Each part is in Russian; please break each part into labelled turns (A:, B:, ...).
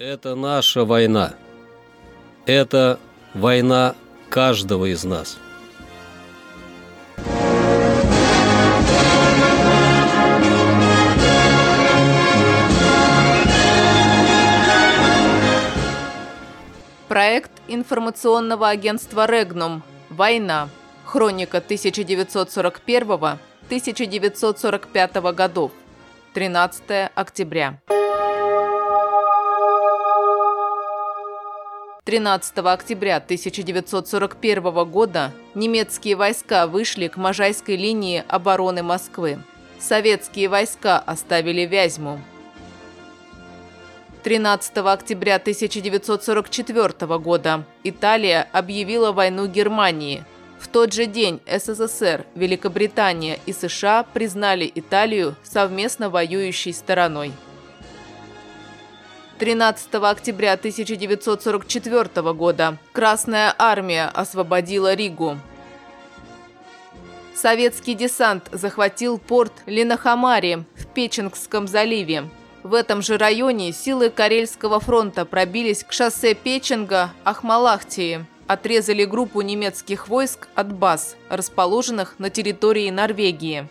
A: Это наша война. Это война каждого из нас.
B: Проект информационного агентства «Регнум. Война. Хроника 1941-1945 годов. 13 октября. 13 октября 1941 года немецкие войска вышли к Можайской линии обороны Москвы. Советские войска оставили Вязьму. 13 октября 1944 года Италия объявила войну Германии. В тот же день СССР, Великобритания и США признали Италию совместно воюющей стороной. 13 октября 1944 года Красная армия освободила Ригу. Советский десант захватил порт Линнахамари в Печенгском заливе. В этом же районе силы Карельского фронта пробились к шоссе Печенга-Ахмалахтии, отрезали группу немецких войск от баз, расположенных на территории Норвегии.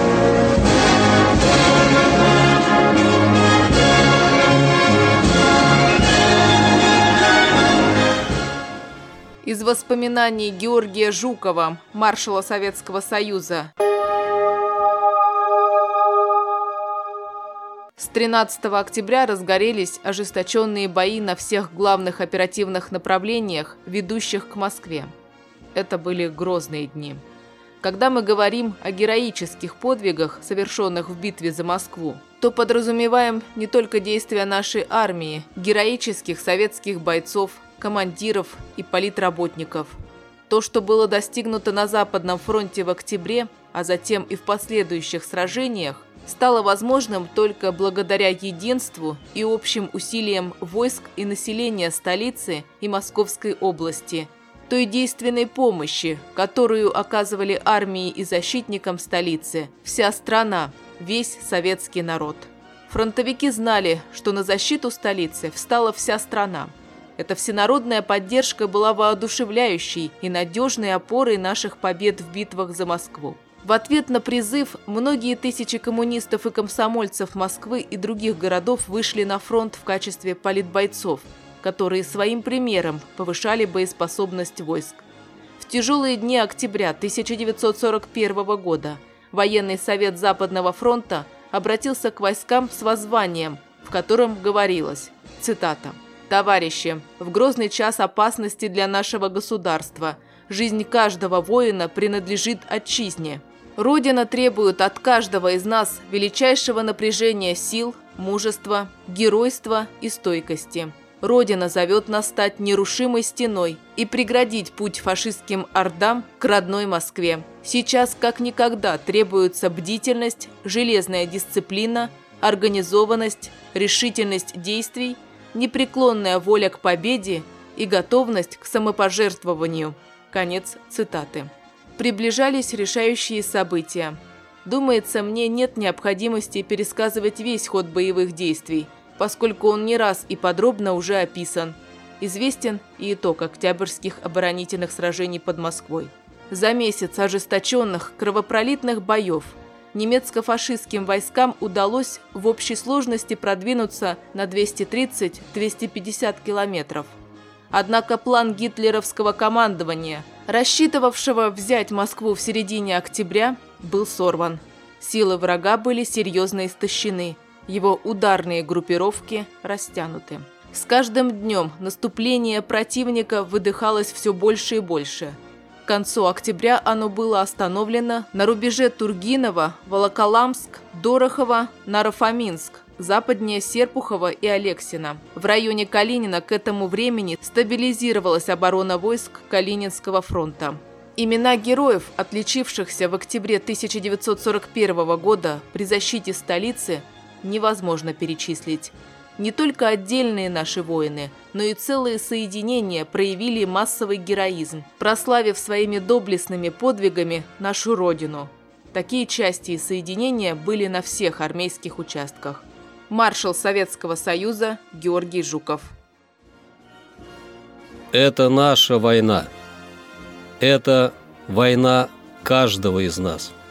B: Из воспоминаний Георгия Жукова, маршала Советского Союза. С 13 октября разгорелись ожесточенные бои на всех главных оперативных направлениях, ведущих к Москве. Это были грозные дни. Когда мы говорим о героических подвигах, совершенных в битве за Москву, то подразумеваем не только действия нашей армии, героических советских бойцов, командиров и политработников. То, что было достигнуто на Западном фронте в октябре, а затем и в последующих сражениях, стало возможным только благодаря единству и общим усилиям войск и населения столицы и Московской области, той действенной помощи, которую оказывали армии и защитникам столицы, вся страна, весь советский народ. Фронтовики знали, что на защиту столицы встала вся страна. Эта всенародная поддержка была воодушевляющей и надежной опорой наших побед в битвах за Москву. В ответ на призыв многие тысячи коммунистов и комсомольцев Москвы и других городов вышли на фронт в качестве политбойцов, которые своим примером повышали боеспособность войск. В тяжелые дни октября 1941 года военный совет Западного фронта обратился к войскам с воззванием, в котором говорилось, цитата, «Товарищи, в грозный час опасности для нашего государства жизнь каждого воина принадлежит отчизне. Родина требует от каждого из нас величайшего напряжения сил, мужества, геройства и стойкости. Родина зовет нас стать нерушимой стеной и преградить путь фашистским ордам к родной Москве. Сейчас как никогда требуется бдительность, железная дисциплина, организованность, решительность действий, непреклонная воля к победе и готовность к самопожертвованию». Конец цитаты. Приближались решающие события. Думается, мне нет необходимости пересказывать весь ход боевых действий, поскольку он не раз и подробно уже описан. Известен и итог октябрьских оборонительных сражений под Москвой. За месяц ожесточенных кровопролитных боев немецко-фашистским войскам удалось в общей сложности продвинуться на 230-250 километров. Однако план гитлеровского командования, рассчитывавшего взять Москву в середине октября, был сорван. Силы врага были серьезно истощены, его ударные группировки растянуты. С каждым днем наступление противника выдыхалось все больше и больше. К концу октября оно было остановлено на рубеже Тургинова, Волоколамск, Дорохово, Наро-Фоминск, западнее Серпухова и Алексина. В районе Калинина к этому времени стабилизировалась оборона войск Калининского фронта. Имена героев, отличившихся в октябре 1941 года при защите столицы, невозможно перечислить. Не только отдельные наши воины, но и целые соединения проявили массовый героизм, прославив своими доблестными подвигами нашу Родину. Такие части и соединения были на всех армейских участках. Маршал Советского Союза Георгий Жуков.
A: Это наша война. Это война каждого из нас.